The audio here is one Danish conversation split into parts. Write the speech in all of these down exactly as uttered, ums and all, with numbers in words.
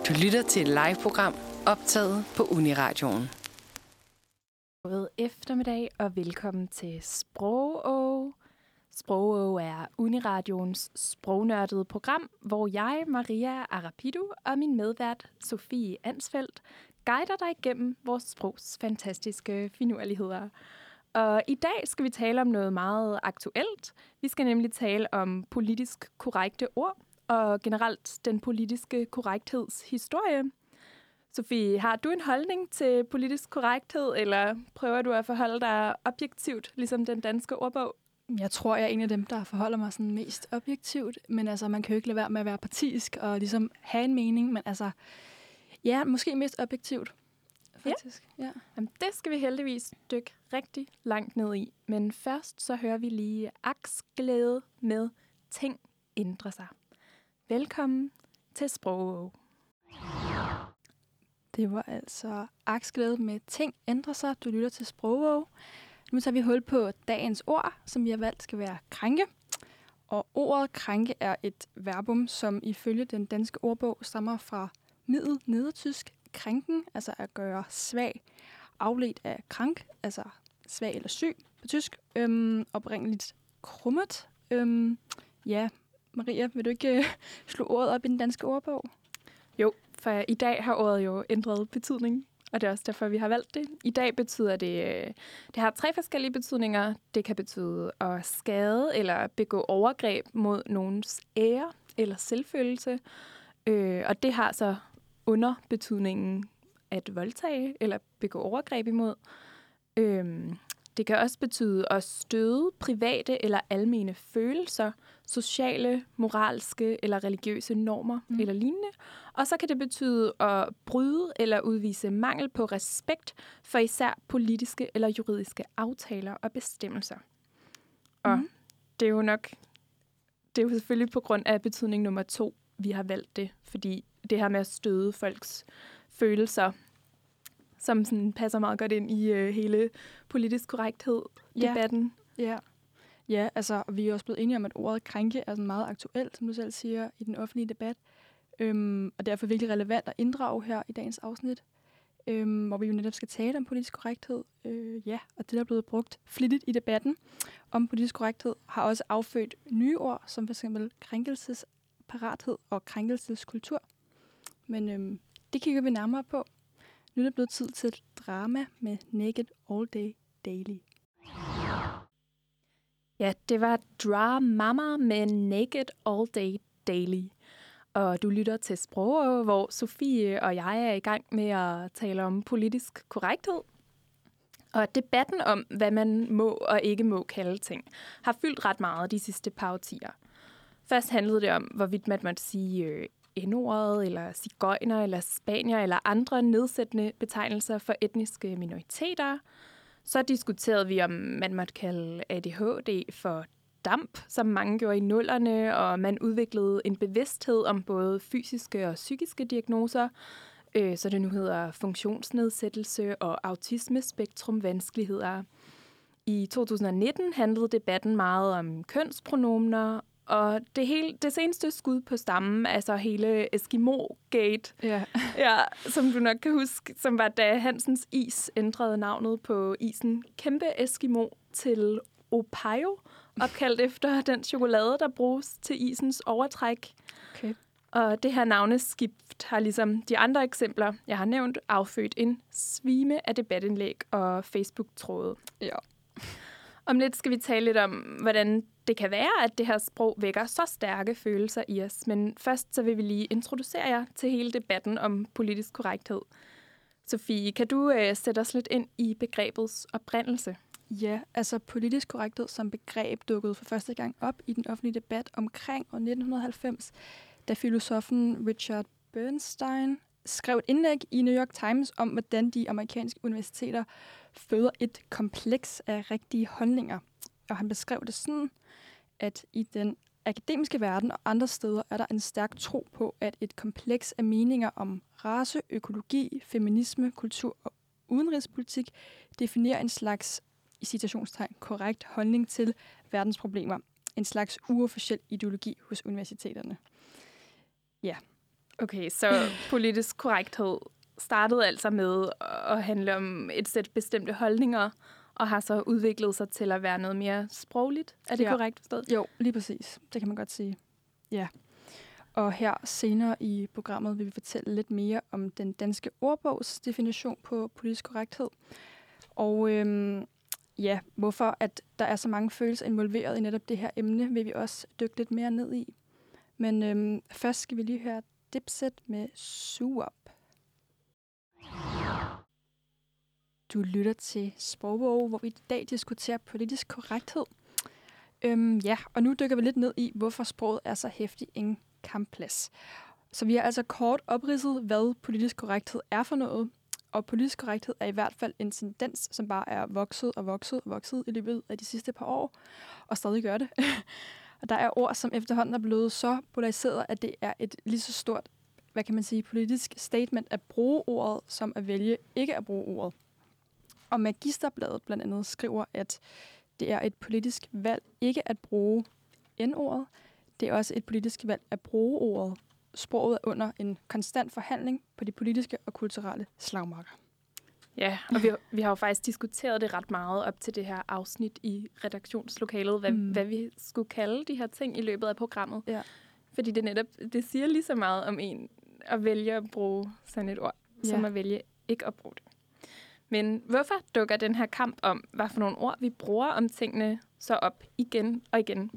Du lytter til et live-program optaget på Uniradioen. God eftermiddag og velkommen til Sprogå. Sprogå er Uniradioens sprognørdede program, hvor jeg, Maria Arapidu, og min medvært, Sofie Ansfeldt, guider dig igennem vores sprogs fantastiske finurligheder. Og i dag skal vi tale om noget meget aktuelt. Vi skal nemlig tale om politisk korrekte ord og generelt den politiske korrektheds historie. Sofie, har du en holdning til politisk korrekthed, eller prøver du at forholde dig objektivt, ligesom den danske ordbog? Jeg tror, jeg er en af dem, der forholder mig sådan mest objektivt, men altså, man kan jo ikke lade være med at være partisk og ligesom have en mening, men altså, ja, måske mest objektivt, faktisk. Ja. Ja. Jamen, det skal vi heldigvis dykke rigtig langt ned i, men først så hører vi lige aksglæde med Ting ændrer sig. Velkommen til Sprogå. Det var altså aksglæde med Ting ændrer sig. Du lytter til Sprogå. Nu tager vi hul på dagens ord, som vi har valgt skal være krænke. Og ordet krænke er et verbum, som ifølge den danske ordbog stammer fra middel-nedertysk krænken, altså at gøre svag, afledt af krank, altså svag eller syg på tysk, øhm, oprindeligt krummet. Øhm, ja, Maria, vil du ikke øh, slå ordet op i den danske ordbog? Jo, for i dag har ordet jo ændret betydning, og det er også derfor, vi har valgt det. I dag betyder det, det har tre forskellige betydninger. Det kan betyde at skade eller begå overgreb mod nogens ære eller selvfølelse, øh, og det har så underbetydningen at voldtage eller begå overgreb imod. Øhm, det kan også betyde at støde private eller almene følelser, sociale, moralske eller religiøse normer mm. eller lignende. Og så kan det betyde at bryde eller udvise mangel på respekt for især politiske eller juridiske aftaler og bestemmelser. Og mm. det er jo nok, det er jo selvfølgelig på grund af betydning nummer to, vi har valgt det, fordi det her med at støde folks følelser, som sådan passer meget godt ind i øh, hele politisk korrekthed-debatten. Ja, ja. ja, altså vi er også blevet enige om, at ordet krænke er sådan meget aktuelt, som du selv siger, i den offentlige debat. Øhm, og derfor virkelig relevant at inddrage her i dagens afsnit, øhm, hvor vi jo netop skal tale om politisk korrekthed. Øh, ja, og det, der er blevet brugt flittigt i debatten om politisk korrekthed, har også affødt nye ord, som f.eks. krænkelsesparathed og krænkelseskultur. Men øhm, det kigger vi nærmere på. Nu er det blevet tid til et drama med Naked All Day Daily. Ja, det var Dramamma med Naked All Day Daily. Og du lytter til Sprogå, hvor Sofie og jeg er i gang med at tale om politisk korrekthed. Og debatten om, hvad man må og ikke må kalde ting, har fyldt ret meget de sidste par årtier. Først handlede det om, hvorvidt man måtte sige øh, N-ordet, eller sigøjner, eller spanier, eller andre nedsættende betegnelser for etniske minoriteter. Så diskuterede vi, om man måtte kalde A D H D for damp, som mange gjorde i nullerne, og man udviklede en bevidsthed om både fysiske og psykiske diagnoser, øh, så det nu hedder funktionsnedsættelse og autismespektrumvanskeligheder. I to tusind nitten handlede debatten meget om kønspronomener, og det, hele, det seneste skud på stammen, altså hele Eskimo-gate, Ja. ja, som du nok kan huske, som var da Hansens Is ændrede navnet på isen Kæmpe Eskimo til Opayo, opkaldt efter den chokolade, der bruges til isens overtræk. Okay. Og det her navneskift har ligesom de andre eksempler, jeg har nævnt, affødt en svime af debatindlæg og Facebook-tråde. Ja. Om lidt skal vi tale lidt om, hvordan det kan være, at det her sprog vækker så stærke følelser i os. Men først så vil vi lige introducere jer til hele debatten om politisk korrekthed. Sofie, kan du øh, sætte os lidt ind i begrebets oprindelse? Ja, altså politisk korrekthed som begreb dukkede for første gang op i den offentlige debat omkring år nitten halvfems, da filosofen Richard Bernstein skrev et indlæg i New York Times om, hvordan de amerikanske universiteter føder et kompleks af rigtige holdninger. Og han beskrev det sådan, at i den akademiske verden og andre steder er der en stærk tro på, at et kompleks af meninger om race, økologi, feminisme, kultur og udenrigspolitik definerer en slags, i citationstegn, korrekt holdning til verdens problemer. En slags uofficiel ideologi hos universiteterne. Ja, Okay, så politisk korrekthed startede altså med at handle om et sæt bestemte holdninger, og har så udviklet sig til at være noget mere sprogligt. Er det ja. korrekt forstået? Jo, lige præcis. Det kan man godt sige. Ja. Og her senere i programmet vil vi fortælle lidt mere om den danske ordbogs definition på politisk korrekthed. Og øhm, ja, hvorfor at der er så mange følelser involveret i netop det her emne, vil vi også dykke lidt mere ned i. Men øhm, først skal vi lige høre Dipset med Suge Op. Du lytter til Sprogbog, hvor vi i dag diskuterer politisk korrekthed. Øhm, ja, og nu dykker vi lidt ned i, hvorfor sproget er så hæftig en kampplads. Så vi har altså kort opridset, hvad politisk korrekthed er for noget. Og politisk korrekthed er i hvert fald en tendens, som bare er vokset og vokset og vokset i løbet af de sidste par år, og stadig gør det. Og der er ord, som efterhånden er blevet så polariseret, at det er et lige så stort, hvad kan man sige, politisk statement at bruge ordet, som at vælge ikke at bruge ordet. Og Magisterbladet blandt andet skriver, at det er et politisk valg ikke at bruge N-ordet. Det er også et politisk valg at bruge ordet. Sproget er under en konstant forhandling på de politiske og kulturelle slagmarker. Ja, og vi, vi har jo faktisk diskuteret det ret meget op til det her afsnit i redaktionslokalet, hvad, mm. hvad vi skulle kalde de her ting i løbet af programmet. Ja. Fordi det netop, det siger lige så meget om en at vælge at bruge sådan et ord, ja. som at vælge ikke at bruge det. Men hvorfor dukker den her kamp om, hvad for nogle ord vi bruger om tingene, så op igen og igen?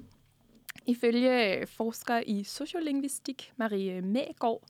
Ifølge forsker i sociolingvistik, Marie Mægaard,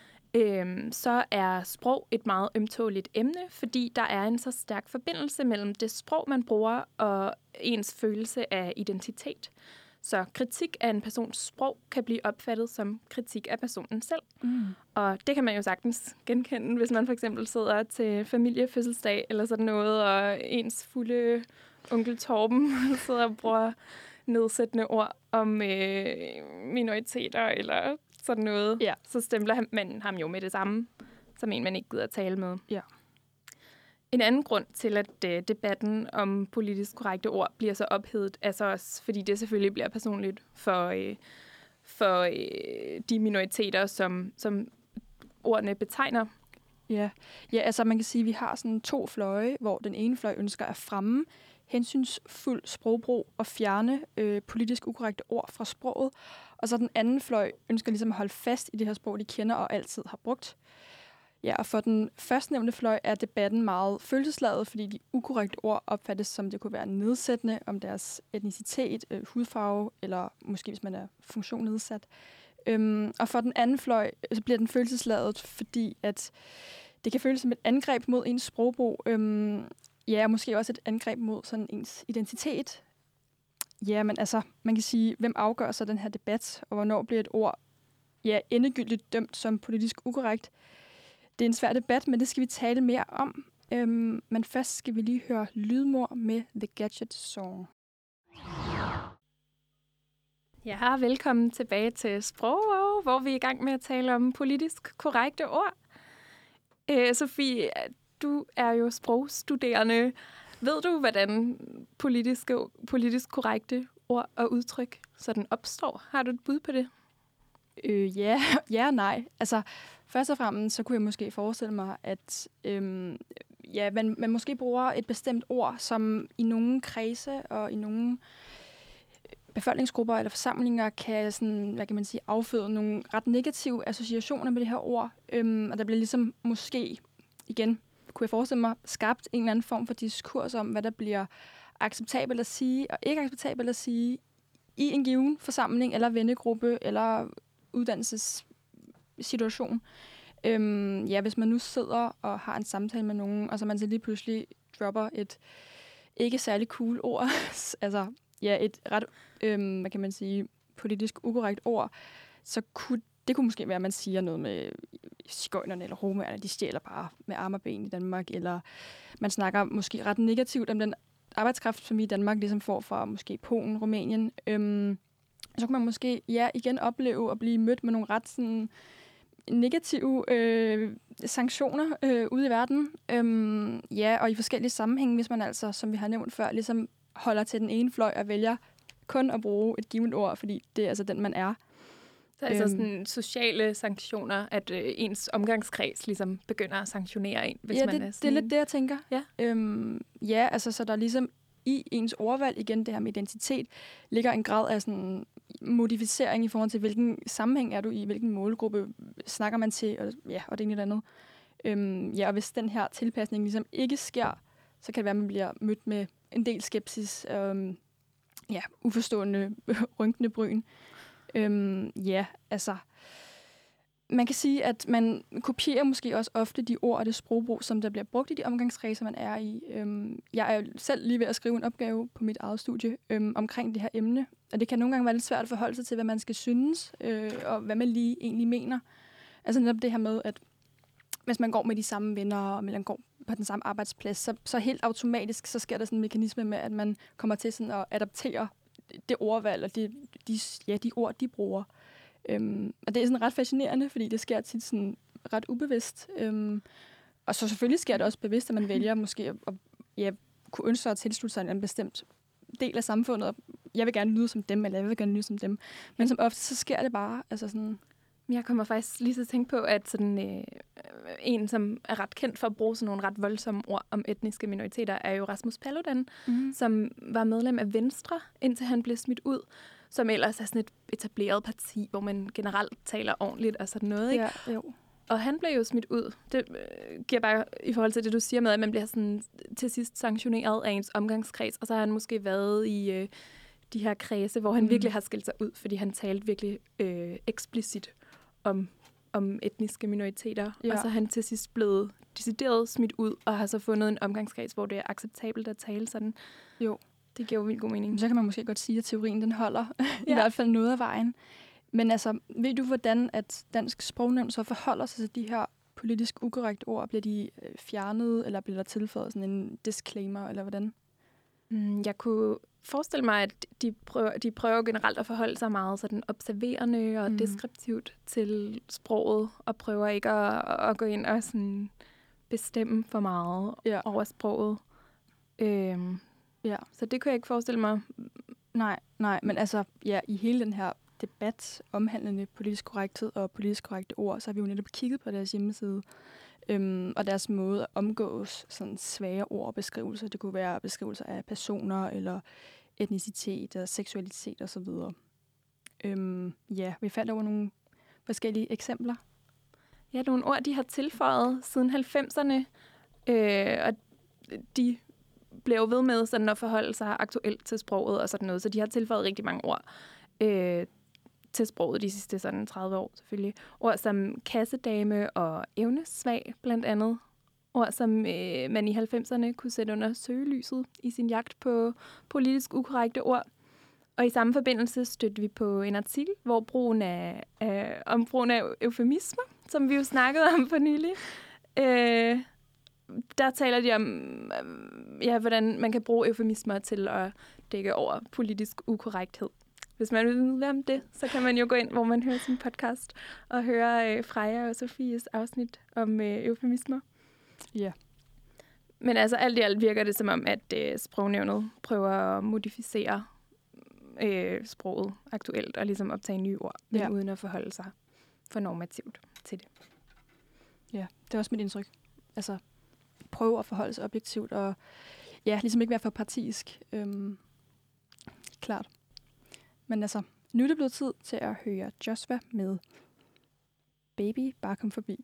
øhm, så er sprog et meget ømtåligt emne, fordi der er en så stærk forbindelse mellem det sprog, man bruger, og ens følelse af identitet. Så kritik af en persons sprog kan blive opfattet som kritik af personen selv. Mm. Og det kan man jo sagtens genkende, hvis man for eksempel sidder til familiefødselsdag eller sådan noget, og ens fulde onkel Torben sidder og bruger nedsættende ord om øh, minoriteter eller sådan noget. Ja. Så stempler man ham jo med det samme, som en, man ikke gider at tale med. Ja. En anden grund til, at uh, debatten om politisk korrekte ord bliver så ophedet, er så også, fordi det selvfølgelig bliver personligt for, uh, for uh, de minoriteter, som, som ordene betegner. Ja. ja, altså man kan sige, at vi har sådan to fløje, hvor den ene fløj ønsker at fremme hensynsfuld sprogbrug og fjerne øh, politisk ukorrekte ord fra sproget. Og så den anden fløj ønsker ligesom at holde fast i det her sprog, de kender og altid har brugt. Ja, og for den førstnævnte fløj er debatten meget følelsesladet, fordi de ukorrekte ord opfattes som, det kunne være nedsættende om deres etnicitet, øh, hudfarve, eller måske hvis man er funktionnedsat. Øhm, og for den anden fløj, så bliver den følelsesladet, fordi at det kan føles som et angreb mod ens sprogbrug. Øhm, ja, og måske også et angreb mod sådan ens identitet. Ja, men altså, man kan sige, hvem afgør så den her debat, og hvornår bliver et ord ja, endegyldigt dømt som politisk ukorrekt? Det er en svær debat, men det skal vi tale mere om. Øhm, men først skal vi lige høre Lydmor med The Gadget Song. Ja, velkommen tilbage til Sprog, hvor vi er i gang med at tale om politisk korrekte ord. Øh, Sofie, du er jo sprogstuderende. Ved du, hvordan politiske, politisk korrekte ord og udtryk sådan opstår? Har du et bud på det? Øh, ja, ja og nej. Altså, først og fremmest, så kunne jeg måske forestille mig, at øhm, ja, man, man måske bruger et bestemt ord, som i nogle kredse og i nogle befolkningsgrupper eller forsamlinger kan sådan, hvad kan man sige, afføde nogle ret negative associationer med det her ord. Øhm, og der bliver ligesom måske, igen, kunne jeg forestille mig, skabt en eller anden form for diskurs om, hvad der bliver acceptabelt at sige og ikke acceptabelt at sige i en given forsamling eller vennegruppe eller uddannelsessituation. Øhm, ja, hvis man nu sidder og har en samtale med nogen, og så man så lige pludselig dropper et ikke særlig cool ord, altså ja, et ret, øhm, hvad kan man sige, politisk ukorrekt ord, så kunne det kunne måske være, at man siger noget med skøjnerne eller romerne, de stjæler bare med arme og ben i Danmark, eller man snakker måske ret negativt om den arbejdskraft, som vi i Danmark ligesom får fra måske Polen, Rumænien. Øhm, så kunne man måske ja, igen opleve at blive mødt med nogle ret sådan, negative øh, sanktioner øh, ude i verden. Øhm, ja, og i forskellige sammenhænge, hvis man altså, som vi har nævnt før, ligesom holder til den ene fløj og vælger kun at bruge et givet ord, fordi det er altså den, man er. Så altså øhm, sådan sociale sanktioner, at øh, ens omgangskreds ligesom begynder at sanktionere en, hvis ja, man det, er sådan... det er lidt det, jeg tænker. Ja, øhm, ja altså så der er ligesom i ens ordvalg, igen det her med identitet, ligger en grad af sådan modificering i forhold til, hvilken sammenhæng er du i, hvilken målgruppe snakker man til, og, ja, og det ene eller andet. Øhm, ja, og hvis den her tilpasning ligesom ikke sker, så kan det være, at man bliver mødt med en del skepsis, øhm, ja, uforstående, rynkende bryn. Øhm, ja, altså... Man kan sige, at man kopierer måske også ofte de ord og det sprogbrug, som der bliver brugt i de omgangskredse, man er i. Øhm, jeg er selv lige ved at skrive en opgave på mit eget studie øhm, omkring det her emne, og det kan nogle gange være lidt svært at forholde sig til, hvad man skal synes, øh, og hvad man lige egentlig mener. Altså netop det her med, at hvis man går med de samme venner, og man går på den samme arbejdsplads, så, så helt automatisk, så sker der sådan en mekanisme med, at man kommer til sådan at adaptere det ordvalg, og de, de, ja, de ord, de bruger. Øhm, og det er sådan ret fascinerende, fordi det sker tit sådan ret ubevidst. Øhm, og så selvfølgelig sker det også bevidst, at man vælger måske at, at ja, kunne ønske sig at tilslutte sig en bestemt del af samfundet. Jeg vil gerne lyde som dem, eller jeg vil gerne lyde som dem. Men som ofte, så sker det bare. Altså sådan. Jeg kommer faktisk lige til at tænke på, at sådan, øh, en, som er ret kendt for at bruge sådan nogle ret voldsomme ord om etniske minoriteter, er jo Rasmus Paludan, mm. som var medlem af Venstre, indtil han blev smidt ud, som ellers er sådan et etableret parti, hvor man generelt taler ordentligt og sådan noget, ikke? Ja, jo. Og han blev jo smidt ud. Det øh, giver bare i forhold til det, du siger med, at man bliver sådan til sidst sanktioneret af ens omgangskreds, og så har han måske været i øh, de her kredse, hvor han mm. virkelig har skilt sig ud, fordi han talte virkelig øh, eksplicit om, om etniske minoriteter. Ja. Og så er han til sidst blevet decideret smidt ud, og har så fundet en omgangskreds, hvor det er acceptabelt at tale sådan. Jo. Det giver jo vildt god mening. Så kan man måske godt sige, at teorien den holder ja. i hvert fald noget af vejen. Men altså, ved du, hvordan at Dansk Sprognævn så forholder sig til de her politisk ukorrekte ord? Bliver de fjernet, eller bliver der tilføjet sådan en disclaimer, eller hvordan? Mm, jeg kunne forestille mig, at de prøver, de prøver generelt at forholde sig meget sådan observerende og mm. deskriptivt til sproget, og prøver ikke at, at gå ind og sådan bestemme for meget ja. over sproget. Øhm, ja. Så det kunne jeg ikke forestille mig. Nej, nej, men altså, ja, i hele den her debat omhandlende politisk korrekthed og politisk korrekte ord, så har vi jo netop kigget på deres hjemmeside, øhm, og deres måde at omgås sådan svære ord og beskrivelser. Det kunne være beskrivelser af personer, eller etnicitet, og seksualitet osv. Øhm, ja, vi fandt over nogle forskellige eksempler. Ja, nogle ord, de har tilføjet siden halvfemserne, øh, og de blev ved med sådan at forholde sig aktuelt til sproget og sådan noget, så de har tilføjet rigtig mange ord øh, til sproget de sidste sådan tredive år selvfølgelig. Ord som kassedame og evnesvag blandt andet. Ord, som øh, man i halvfemserne kunne sætte under søgelyset i sin jagt på politisk ukorrekte ord. Og i samme forbindelse stødte vi på en artikel, hvor brugen af, øh, om brugen af eufemismer, som vi jo snakkede om for nylig, øh, der taler de om, øh, ja, hvordan man kan bruge eufemismer til at dække over politisk ukorrekthed. Hvis man vil vide mere om det, så kan man jo gå ind, hvor man hører sin podcast, og høre øh, Freja og Sofies afsnit om øh, eufemismer. Ja. Yeah. Men altså alt i alt virker det som om, at øh, Sprognævnet prøver at modificere øh, sproget aktuelt, og ligesom optage nye ord, men yeah. uden at forholde sig for normativt til det. Ja, det er også mit indtryk. Altså, prøve at forholde sig objektivt, og ja, ligesom ikke være for partisk. Øhm, klart. Men altså, nu er det blevet tid til at høre Joshua med Baby, bare kom forbi.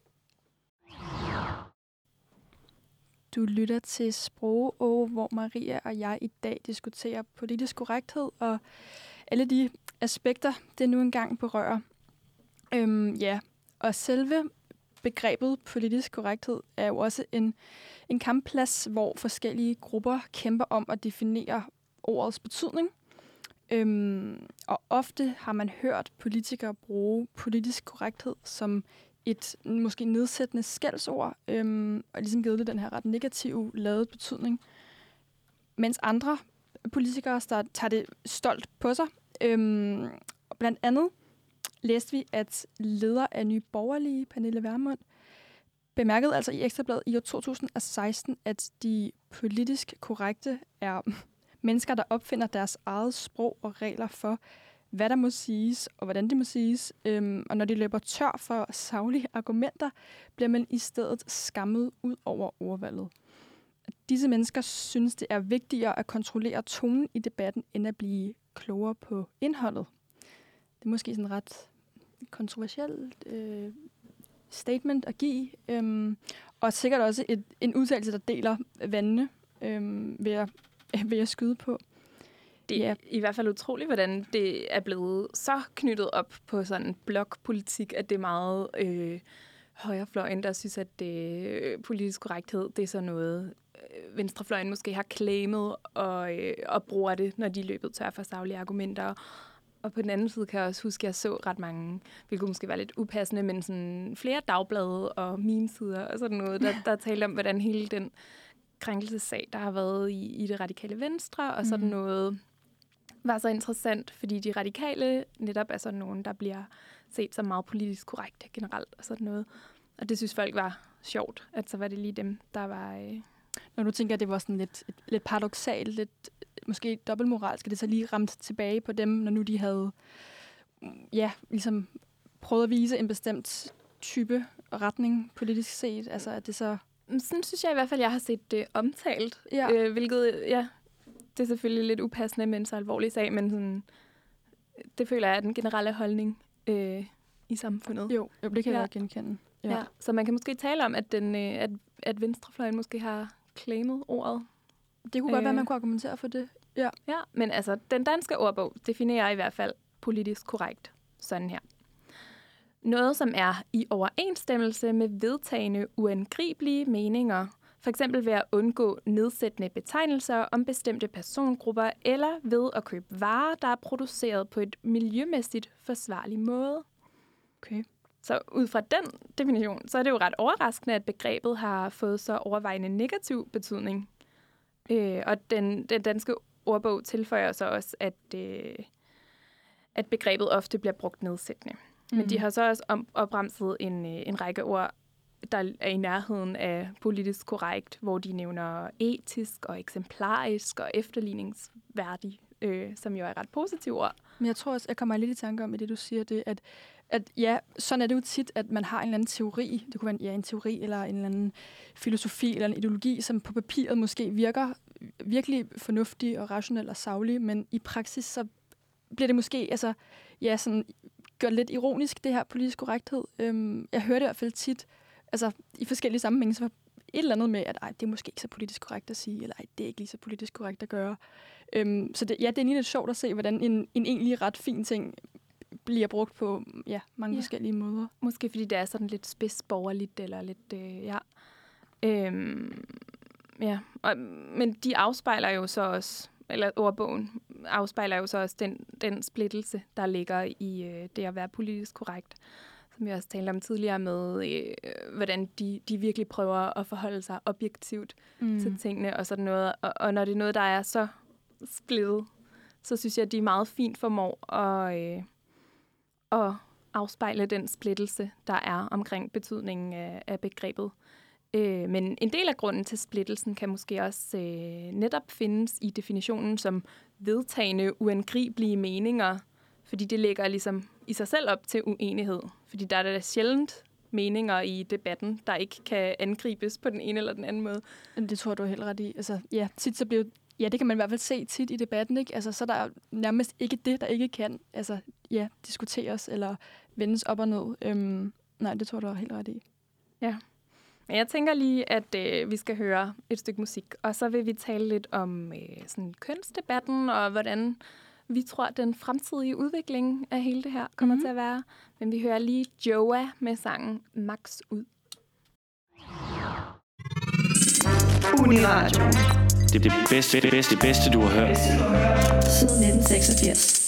Du lytter til Sprogå, hvor Maria og jeg i dag diskuterer politisk korrekthed og alle de aspekter, det nu engang berører. Øhm, ja, og selve begrebet politisk korrekthed er jo også en, en kampplads, hvor forskellige grupper kæmper om at definere ordets betydning. Øhm, og ofte har man hørt politikere bruge politisk korrekthed som et måske nedsættende skældsord, øhm, og ligesom givet det den her ret negative ladet betydning. Mens andre politikere tager det stolt på sig. Øhm, blandt andet læste vi, at leder af Nye Borgerlige, Pernille Vermund, bemærkede altså i Ekstrabladet i år to tusind og seksten, at de politisk korrekte er mennesker, der opfinder deres eget sprog og regler for, hvad der må siges, og hvordan det må siges. Øhm, og når de løber tør for saglige argumenter, bliver man i stedet skammet ud over ordvalget. Disse mennesker synes, det er vigtigere at kontrollere tonen i debatten, end at blive klogere på indholdet. Det er måske sådan ret kontroversielt øh, statement at give, øhm, og sikkert også et, en udtalelse, der deler vandene, øhm, ved, at, ved at skyde på. Det er ja. i hvert fald utroligt, hvordan det er blevet så knyttet op på sådan en blokpolitik, at det er meget øh, højrefløjen, der synes, at det, øh, politisk korrekthed, det er sådan noget, øh, venstrefløjen måske har claimet og, øh, og bruger det, når de er løbet tør for saglige argumenter. Og på den anden side kan jeg også huske, at jeg så ret mange, hvilket måske var lidt upassende, men sådan flere dagblade og memesider og sådan noget, der, der talte om, hvordan hele den krænkelsessag, der har været i, i det radikale venstre, og sådan noget, var så interessant, fordi de radikale netop er sådan nogen, der bliver set som meget politisk korrekte generelt og sådan noget. Og det synes folk var sjovt, at så var det lige dem, der var... Øh... Når du tænker, at det var sådan lidt, lidt paradoksalt, lidt måske dobbeltmoral, skal det så lige ramt tilbage på dem, når nu de havde ja, ligesom prøvet at vise en bestemt type retning politisk set? Altså, at det så... Sådan synes jeg i hvert fald, jeg har set det omtalt. Ja. Øh, hvilket, ja, det er selvfølgelig lidt upassende med en så alvorlig sag, men sådan, det føler jeg er den generelle holdning øh, i samfundet. Jo, jo det kan ja. jeg genkende. Ja. Ja. Så man kan måske tale om, at, den, øh, at, at venstrefløjen måske har claimet ordet. Det kunne øh. godt være, at man kunne argumentere for det. Ja. ja, men altså, den danske ordbog definerer i hvert fald politisk korrekt sådan her. Noget, som er i overensstemmelse med vedtagne uangribelige meninger, for eksempel ved at undgå nedsættende betegnelser om bestemte persongrupper, eller ved at købe varer, der er produceret på et miljømæssigt forsvarlig måde. Okay. Så ud fra den definition, så er det jo ret overraskende, at begrebet har fået så overvejende negativ betydning. Øh, og den, den danske ordbog tilføjer så også, at, øh, at begrebet ofte bliver brugt nedsættende. Mm. Men de har så også om, opremset en, en række ord, der er i nærheden af politisk korrekt, hvor de nævner etisk og eksemplarisk og efterligningsværdig, øh, som jo er ret positive ord. Men jeg tror også, jeg kommer lidt i tanke om, i det du siger, det, at, at ja, sådan er det jo tit, at man har en eller anden teori, det kunne være ja, en teori eller en eller anden filosofi eller en ideologi, som på papiret måske virker virkelig fornuftig og rationel og saglig, men i praksis så bliver det måske altså, ja, sådan, gjort lidt ironisk, det her politisk korrekthed. Øhm, jeg hører det i hvert fald tit, altså i forskellige sammenhænge, så var et eller andet med, at ej, det er måske ikke så politisk korrekt at sige, eller ej, det er ikke lige så politisk korrekt at gøre. Øhm, så det, ja, det er lige lidt sjovt at se, hvordan en, en egentlig ret fin ting bliver brugt på ja, mange ja. forskellige måder. Måske fordi det er sådan lidt spidsborgerligt, eller lidt, øh, ja. Øhm, ja, og, men de afspejler jo så også, eller ordbogen afspejler jo så også den, den splittelse, der ligger i øh, det at være politisk korrekt. Som vi også talte om tidligere med, øh, hvordan de, de virkelig prøver at forholde sig objektivt mm. til tingene og sådan noget. Og, og når det er noget, der er så splittet, så synes jeg, at de meget fint formår at, øh, at afspejle den splittelse, der er omkring betydningen af, af begrebet. Øh, men en del af grunden til splittelsen kan måske også øh, netop findes i definitionen som vedtagne uangribelige meninger, fordi det ligger ligesom i sig selv op til uenighed. Fordi der er da sjældent meninger i debatten, der ikke kan angribes på den ene eller den anden måde. Det tror jeg, du er helt ret i. Altså, ja, tit så bliver, ja, det kan man i hvert fald se tit i debatten, ikke? Altså, så er der nærmest ikke det, der ikke kan altså, ja, diskuteres eller vendes op og ned. Øhm, nej, det tror jeg, du er helt ret i. Ja. Men jeg tænker lige, at øh, vi skal høre et stykke musik, og så vil vi tale lidt om øh, sådan kønsdebatten, og hvordan vi tror, at den fremtidige udvikling af hele det her kommer mm-hmm. til at være. Men vi hører lige Joa med sangen Max ud. Uniradio. Det er det bedste, det bedste, det bedste, du har hørt. Siden nitten seksogfirs.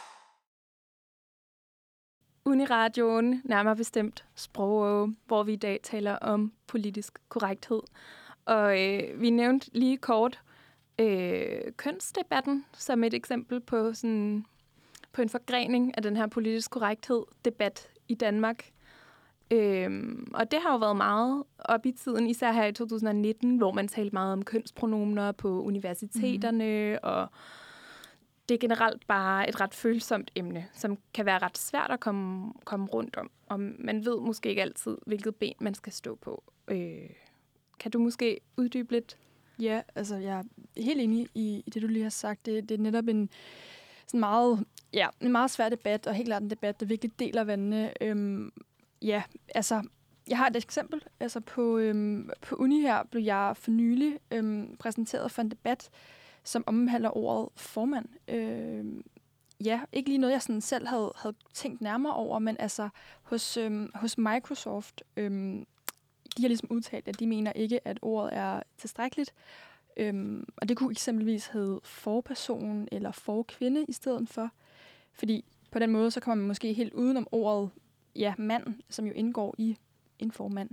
Uniradioen, nærmere bestemt Sprog, hvor vi i dag taler om politisk korrekthed. Og øh, vi nævnte lige kort øh, kønsdebatten som et eksempel på, sådan, på en forgrening af den her politisk korrekthed debat i Danmark. Øh, og det har jo været meget op i tiden, især her i to tusind nitten, hvor man talte meget om kønspronomener på universiteterne, mm. og det er generelt bare et ret følsomt emne, som kan være ret svært at komme, komme rundt om. Og man ved måske ikke altid, hvilket ben man skal stå på. Øh, kan du måske uddybe lidt? Ja, altså jeg er helt enig i, i det, du lige har sagt. Det, det er netop en, sådan meget, ja, en meget svær debat, og helt klart en debat, der virkelig deler vandene. Øhm, ja, altså, jeg har et eksempel. Altså på, øhm, på uni her blev jeg for nylig øhm, præsenteret for en debat, som omhandler ordet formand. Øhm, ja, ikke lige noget, jeg sådan selv havde, havde tænkt nærmere over, men altså hos, øhm, hos Microsoft, øhm, de har ligesom udtalt, at de mener ikke, at ordet er tilstrækkeligt. Øhm, og det kunne eksempelvis hedde forperson eller forkvinde i stedet for. Fordi på den måde, så kommer man måske helt udenom ordet ja, mand, som jo indgår i en formand.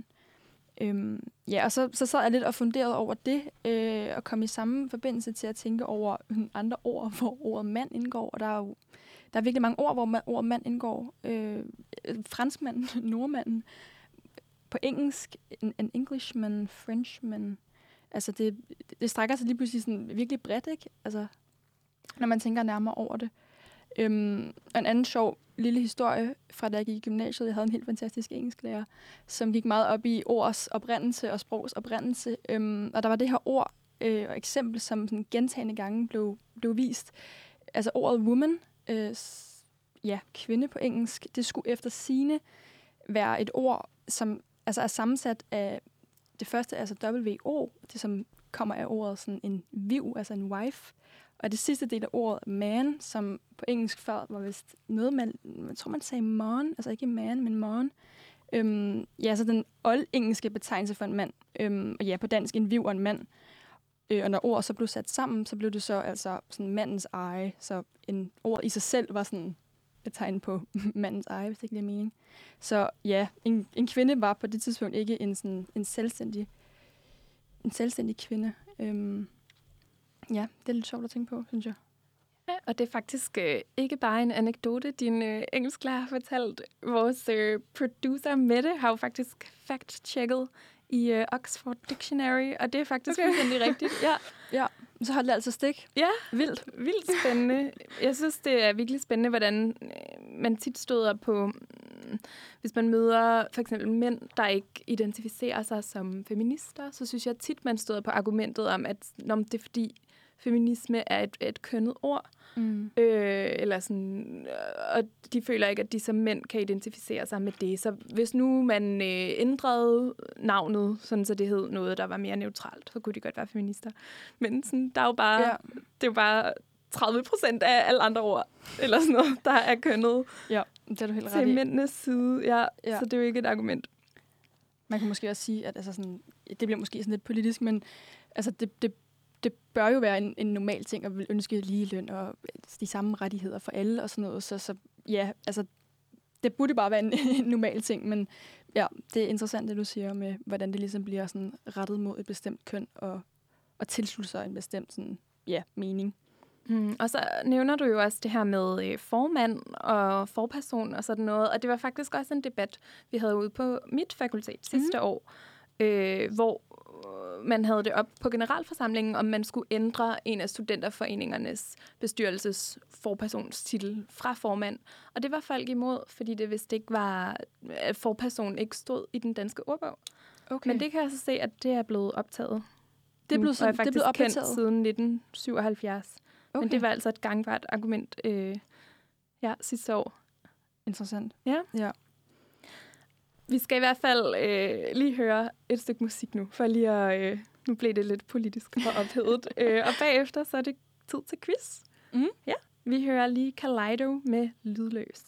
Øhm, ja, og så, så sad jeg lidt og funderede over det, øh, og kom i samme forbindelse til at tænke over andre ord, hvor ordet mand indgår. Og der er jo der er virkelig mange ord, hvor man, ordet mand indgår. Øh, franskmanden, nordmanden. På engelsk, en, en Englishman, Frenchman. Altså, det, det strækker sig lige pludselig sådan virkelig bredt, ikke? Altså, når man tænker nærmere over det. Øhm, en anden sjov lille historie fra da jeg gik i gymnasiet. Jeg havde en helt fantastisk engelsklærer, som gik meget op i ords oprindelse og sprogs oprindelse. Øhm, og der var det her ord øh, og eksempel, som sådan gentagne gange blev, blev vist. Altså ordet woman, øh, ja, kvinde på engelsk, det skulle efter sigende være et ord, som altså er sammensat af det første, altså W O, det som kommer af ordet sådan en viv, altså en wife. Og det sidste del af ordet man, som på engelsk før var vist noget, man, jeg tror man sagde mon, altså ikke man, men mon. Øhm, ja, så den old-engelske betegnelse for en mand. Øhm, og ja, på dansk en viv og en mand. Øh, og når ord så blev sat sammen, så blev det så altså sådan mandens eje. Så en ord i sig selv var sådan et tegn på mandens eje, hvis det ikke giver mening. Så ja, en, en kvinde var på det tidspunkt ikke en, sådan, en, selvstændig, en selvstændig kvinde. Øhm, ja, det er lidt sjovt at tænke på, synes jeg. Ja, og det er faktisk øh, ikke bare en anekdote, din øh, engelsklærer har fortalt. Vores øh, producer Mette har jo faktisk fact-checket i øh, Oxford Dictionary, og det er faktisk okay. fuldstændig rigtigt. Ja. Ja, så holdt det altså stik. Ja, vildt. Vildt spændende. Jeg synes, det er virkelig spændende, hvordan man tit støder på, hvis man møder for eksempel mænd, der ikke identificerer sig som feminister, så synes jeg tit, man støder på argumentet om, at når det er fordi, feminisme er et, et kønnet ord, mm. øh, eller sådan, og de føler ikke, at de som mænd kan identificere sig med det. Så hvis nu man øh, ændrede navnet, sådan så det hed noget, der var mere neutralt, så kunne de godt være feminister. Men sådan, der er jo bare, ja. det er jo bare tredive procent af alle andre ord, eller sådan noget, der er kønnet. Ja, det er du helt ret i. Til mændenes side, ja, ja. Så det er jo ikke et argument. Man kan måske også sige, at altså sådan, det bliver måske sådan lidt politisk, men altså det, det det bør jo være en, en normal ting at vil ønske lige løn og de samme rettigheder for alle og sådan noget. Så, så ja, altså, det burde bare være en, en normal ting, men ja, det er interessant, det du siger med, hvordan det ligesom bliver sådan rettet mod et bestemt køn og, og tilslutte sig en bestemt sådan, ja, mening. Mm, og så nævner du jo også det her med øh, formand og forperson og sådan noget, og det var faktisk også en debat, vi havde ude på mit fakultet sidste mm. år, øh, hvor man havde det op på generalforsamlingen, om man skulle ændre en af studenterforeningernes bestyrelses forpersonstitel fra formand. Og det var folk imod, fordi det vist ikke var, at forperson ikke stod i den danske ordbog. Okay. Men det kan jeg så se, at det er blevet optaget. Det er blevet, nu, og er faktisk det er blevet kendt opdateret siden nitten syvoghalvfjerds. Okay. Men det var altså et gangbart argument øh, ja, sidste år. Interessant. Ja. Ja. Vi skal i hvert fald øh, lige høre et stykke musik nu, for lige at... Øh, nu blev det lidt politisk og ophedet. øh, og bagefter så er det tid til quiz. Mm. Ja, vi hører lige Kaleido med Lydløs.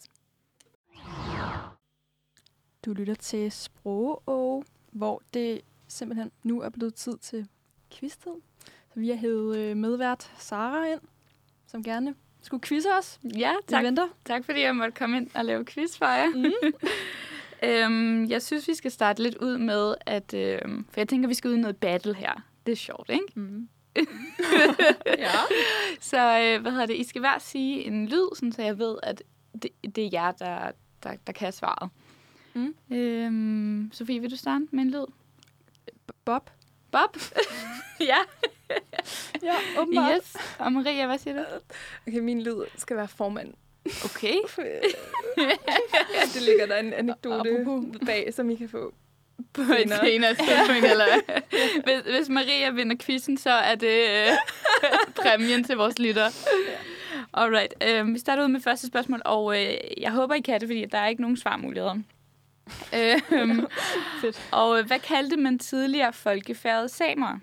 Du lytter til Sprogå, hvor det simpelthen nu er blevet tid til quiz-tid. Så vi har hævet øh, medvært Sara ind, som gerne skulle quizze os. Ja, tak. Tak fordi jeg måtte komme ind og lave quiz for jer. Mm. Øhm, jeg synes, vi skal starte lidt ud med, at... Øhm, for jeg tænker, vi skal ud i noget battle her. Det er sjovt, ikke? Mm. Ja. Så øh, hvad hedder det? I skal hver sige en lyd, sådan, så jeg ved, at det, det er jer, der, der, der kan svaret. Mm. Øhm, Sofie, vil du starte med en lyd? Bob. Bob? Ja. Ja, åbenbart. Yes. Og Maria, hvad siger du? Okay, min lyd skal være formand. Okay. Det ligger der en anekdote Apropos. bag, som I kan få. På et senere tidspunkt, eller hvis, hvis Maria vinder quizzen, så er det øh, præmien til vores lyttere. Alright, øh, vi starter ud med første spørgsmål, og øh, jeg håber, I kan det, fordi der er ikke nogen svarmuligheder. øh, Fedt. Og øh, hvad kaldte man tidligere folkefærdet samer?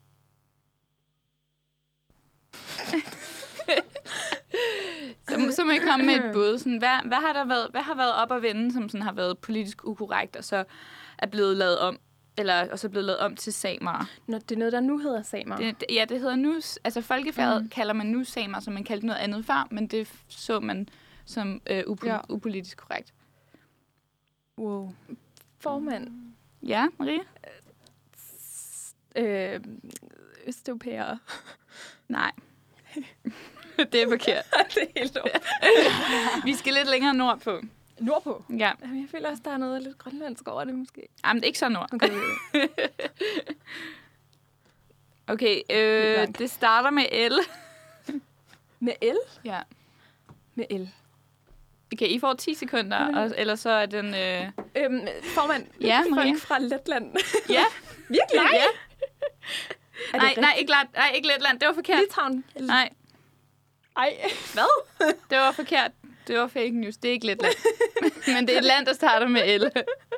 så, så må I komme med et bud. Sådan, hvad, hvad, har der været, hvad har været op at vende, som sådan har været politisk ukorrekt, og så er blevet lavet om, eller og så blevet lavet om til samer? Nå, det er noget, der nu hedder samer. Det, det, ja, det hedder nu, altså folkefærdet Mm. kalder man nu samer, som man kaldte noget andet før, men det så man som øh, upo- Ja. upolitisk korrekt. Wow. Formand. Ja, Maria? Øh, Østeuropæere. Nej. Det er forkert. Det er helt lort. Vi skal lidt længere nordpå. Nordpå. Ja, Jamen, jeg føler også, der er noget lidt grønlandsk over det, måske. jamen, det er ikke så nord. Okay. Okay, øh, det starter med L. Med el? Ja. Med el. Okay, I får ti sekunder, og, eller så er den... Øh... Øhm, formand. Ja, Maria? Folk fra Letland. Ja. Virkelig? Nej. Ja. Er det Nej, rigtigt? nej, ikke, Lat- nej, ikke Letland. Det var forkert. Litauen. Nej, Ej. hvad? Det var forkert. Det var fake news. Det er ikke Letland. Men det er et land, der starter med L.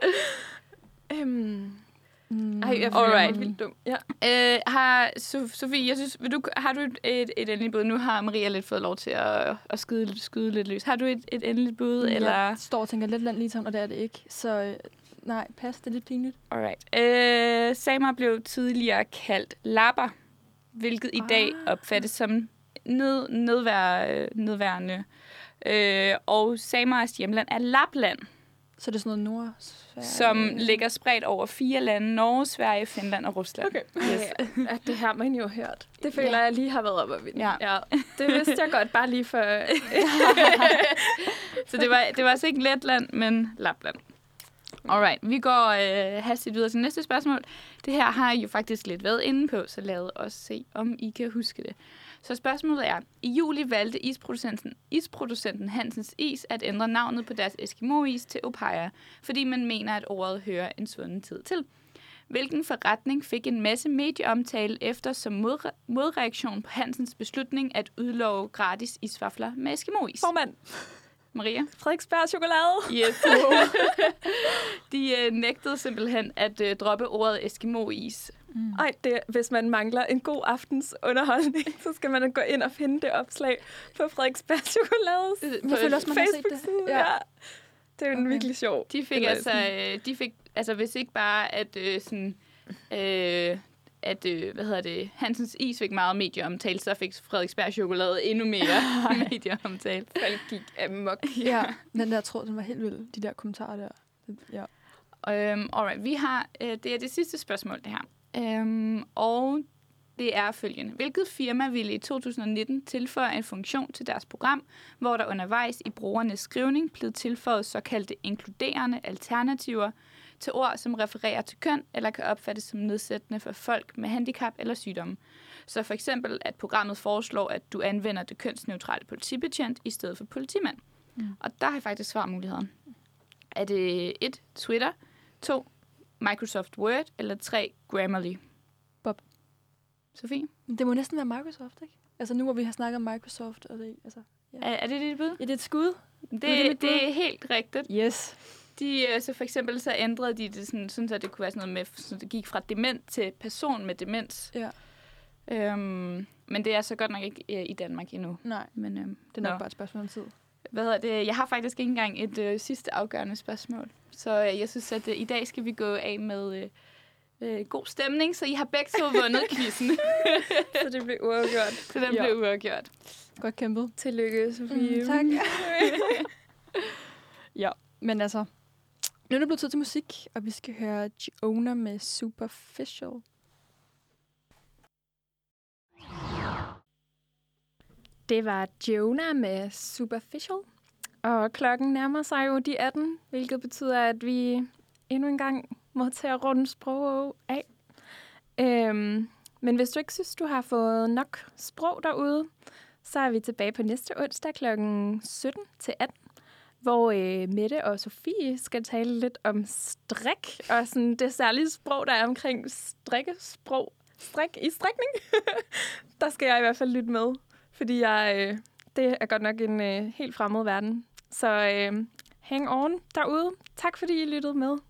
Øhm. Mm. Ej, jeg føler Alright. mig vildt dum. Ja. Øh, har so- Sofie, jeg synes, vil du, har du et, et, et endeligt bud? Nu har Maria lidt fået lov til at, at skyde, skyde lidt løs. Har du et, et endeligt bud? Jeg Eller? står og tænker Letland, Litauen, og det er det ikke. Så øh, nej, pas, det er lidt pinligt. Alright. Øh, samer blev tidligere kaldt lapper, hvilket i dag opfattes som ned, nedvær, nedværende. Øh, og samers hjemland er Lapland, Så det er sådan noget Nord-Sverige. som ligger spredt over fire lande: Norge, Sverige, Finland og Rusland. Okay. Yes. Ja, det har man jo hørt. Det føler Ja. jeg lige har været op at vinde. Ja. Ja. Det vidste jeg godt, bare lige for... Så det var, det var altså ikke Letland, men Lapland. Alright, vi går øh, hastigt videre til næste spørgsmål. Det her har I jo faktisk lidt været inde på, så lad os se, om I kan huske det. Så spørgsmålet er, i juli valgte isproducenten, isproducenten Hansens Is at ændre navnet på deres Eskimo-is til Opaya, fordi man mener, at ordet hører en svunden tid til. Hvilken forretning fik en masse medieomtale efter som modre- modreaktion på Hansens beslutning at udlove gratis isvafler med Eskimo-is? Formand. Maria? Frederiksberg chokolade. Yes. De øh, nægtede simpelthen at øh, droppe ordet Eskimo-is. Mm. Ej, det, hvis man mangler en god aftens underholdning, så skal man gå ind og finde det opslag på Frederiksberg chokolade. Jeg føler også, man har set det. Facebook-side. Ja. Ja. Det er jo en Okay. virkelig sjov. De fik Eller altså, sådan- øh, de fik, altså hvis ikke bare at øh, sådan, øh, at øh, hvad hedder det, Hansens Is fik meget medieomtale, så fik Frederiksberg chokolade endnu mere medieomtale. Folk gik amok. Ja, den der tråd, den var helt vild. De der kommentarer der. Ja. Um, alright, vi har, øh, det er det sidste spørgsmål, det her. Um, og det er følgende. Hvilket firma ville i to tusind nitten tilføje en funktion til deres program, hvor der undervejs i brugernes skrivning blev tilføjet såkaldte inkluderende alternativer til ord, som refererer til køn eller kan opfattes som nedsættende for folk med handicap eller sygdomme. Så for eksempel, at programmet foreslår, at du anvender det kønsneutrale politibetjent i stedet for politimand. Mm. Og der har jeg faktisk svarmuligheden. Er det et Twitter, to Microsoft Word, eller tre Grammarly? Bob. Sofie? Det må næsten være Microsoft, ikke? Altså nu, hvor vi har snakket om Microsoft, og det, altså... Ja. Er, er det dit bud? Ja, det er et skud. Det, det mit det, bud? det er helt rigtigt. Yes. De, øh, så for eksempel så ændrede de det sådan, sådan så det kunne være sådan noget med, så det gik fra dement til person med demens. Ja. Øhm, men det er så godt nok ikke øh, i Danmark endnu. Nej, Men, øhm, det er nok nå. bare et spørgsmål om tid. Hvad hedder det? Jeg har faktisk ikke engang et øh, sidste afgørende spørgsmål. Så øh, jeg synes, at øh, i dag skal vi gå af med øh, øh, god stemning, så I har begge to vundet quizzen. Så det blev uafgjort. Så den Ja. blev uafgjort. Godt kæmpet. Tillykke, Sofie. Mm, tak. Ja, men altså... Nu er det blevet tid til musik, og vi skal høre Giona med Superficial. Det var Jonah med Superficial. Og klokken nærmer sig jo de atten, hvilket betyder, at vi endnu en gang må tage rundt sprog af. Øhm, Men hvis du ikke synes, du har fået nok sprog derude, så er vi tilbage på næste onsdag klokken sytten til atten, hvor øh, Mette og Sofie skal tale lidt om strik, og sådan det særlige sprog, der er omkring strikkesprog. Strik i strikning. Der skal jeg i hvert fald lytte med, fordi jeg, øh, det er godt nok en øh, helt fremmed verden. Så øh, hang on derude. Tak fordi I lyttede med.